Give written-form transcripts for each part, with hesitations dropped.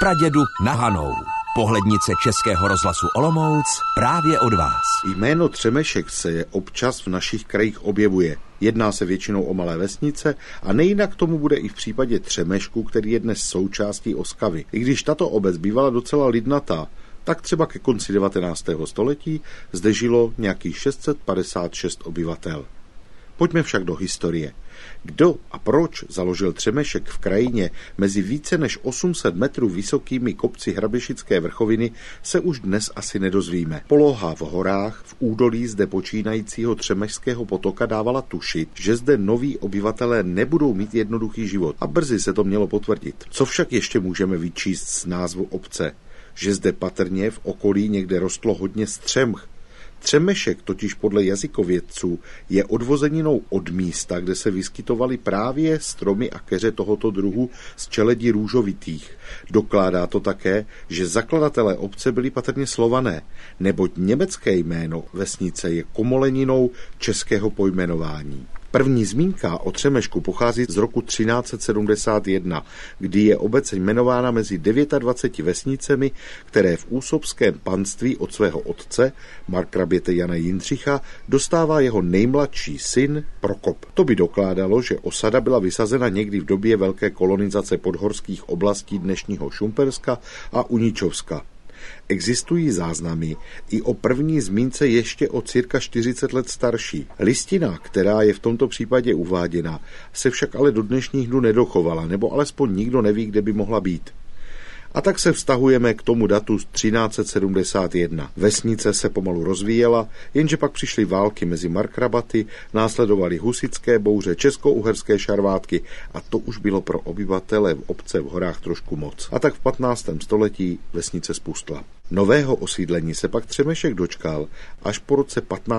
pradědu na Hanou. Pohlednice Českého rozhlasu Olomouc právě od vás. Jméno Třemešek se občas v našich krajích objevuje. Jedná se většinou o malé vesnice a nejinak tomu bude i v případě Třemešku, který je dnes součástí Oskavy. I když tato obec bývala docela lidnatá, tak třeba ke konci 19. století zde žilo nějakých 656 obyvatel. Pojďme však do historie. Kdo a proč založil Třemešek v krajině mezi více než 800 metrů vysokými kopci Hraběšické vrchoviny, se už dnes asi nedozvíme. Poloha v horách v údolí zde počínajícího Třemešského potoka dávala tušit, že zde noví obyvatelé nebudou mít jednoduchý život a brzy se to mělo potvrdit. Co však ještě můžeme vyčíst z názvu obce? Že zde patrně v okolí někde rostlo hodně střemch. Třemešek totiž podle jazykovědců je odvozeninou od místa, kde se vyskytovaly právě stromy a keře tohoto druhu z čeledí růžovitých. Dokládá to také, že zakladatelé obce byli patrně Slované, neboť německé jméno vesnice je komoleninou českého pojmenování. První zmínka o Třemešku pochází z roku 1371, kdy je obec jmenována mezi 29 vesnicemi, které v úsobském panství od svého otce, markraběte Jana Jindřicha, dostává jeho nejmladší syn Prokop. To by dokládalo, že osada byla vysazena někdy v době velké kolonizace podhorských oblastí dnešního Šumperska a Uničovska. Existují záznamy i o první zmínce ještě o cirka 40 let starší. Listina, která je v tomto případě uváděna, se však ale do dnešních dnů nedochovala, nebo alespoň nikdo neví, kde by mohla být. A tak se vztahujeme k tomu datu 1371. Vesnice se pomalu rozvíjela, jenže pak přišly války mezi markrabaty, následovaly husitské bouře, česko-uherské šarvátky a to už bylo pro obyvatele obce v horách trošku moc. A tak v 15. století vesnice spustla. Nového osídlení se pak Třemešek dočkal až po roce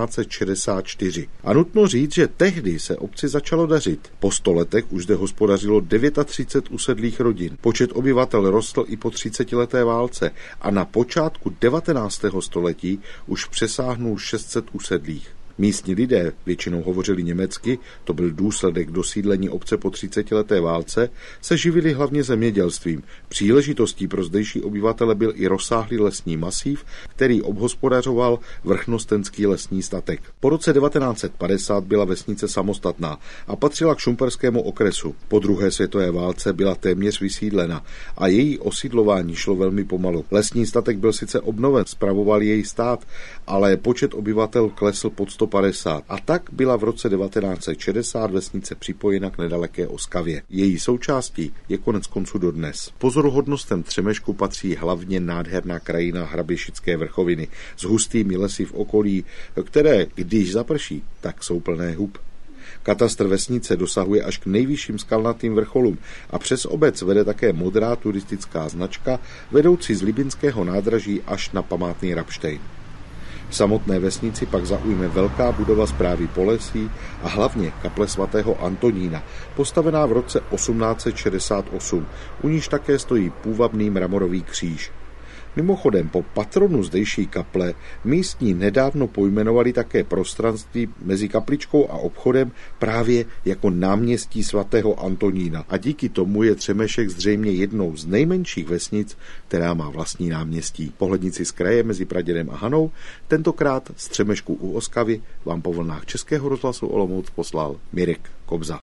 1564. A nutno říct, že tehdy se obci začalo dařit. Po 100 letech už zde hospodařilo 39 usedlých rodin. Počet obyvatel rostl i po 30leté válce a na počátku 19. století už přesáhnul 600 usedlých. Místní lidé většinou hovořili německy, to byl důsledek dosídlení obce po 30leté válce, se živili hlavně zemědělstvím. Příležitostí pro zdejší obyvatele byl i rozsáhlý lesní masív, který obhospodařoval vrchnostenský lesní statek. Po roce 1950 byla vesnice samostatná a patřila k šumperskému okresu. Po druhé světové válce byla téměř vysídlena a její osídlování šlo velmi pomalu. Lesní statek byl sice obnoven, spravoval jej stát, ale počet obyvatel klesl pod 150. A tak byla v roce 1960 vesnice připojena k nedaleké Oskavě. Její součástí je konec konců dodnes. Pozoruhodnostem Třemešku patří hlavně nádherná krajina Hraběšické vrchoviny s hustými lesy v okolí, které, když zaprší, tak jsou plné hub. Katastr vesnice dosahuje až k nejvyšším skalnatým vrcholům a přes obec vede také modrá turistická značka vedoucí z Libinského nádraží až na památný Rabštejn. V samotné vesnici pak zaujme velká budova správy Polesí a hlavně kaple svatého Antonína, postavená v roce 1868, u níž také stojí půvabný mramorový kříž. Mimochodem, po patronu zdejší kaple místní nedávno pojmenovali také prostranství mezi kapličkou a obchodem právě jako náměstí svatého Antonína. A díky tomu je Třemešek zřejmě jednou z nejmenších vesnic, která má vlastní náměstí. Pohlednici z kraje mezi Pradědem a Hanou, tentokrát z Třemešku u Oskavy vám po vlnách Českého rozhlasu Olomouc poslal Mirek Kobza.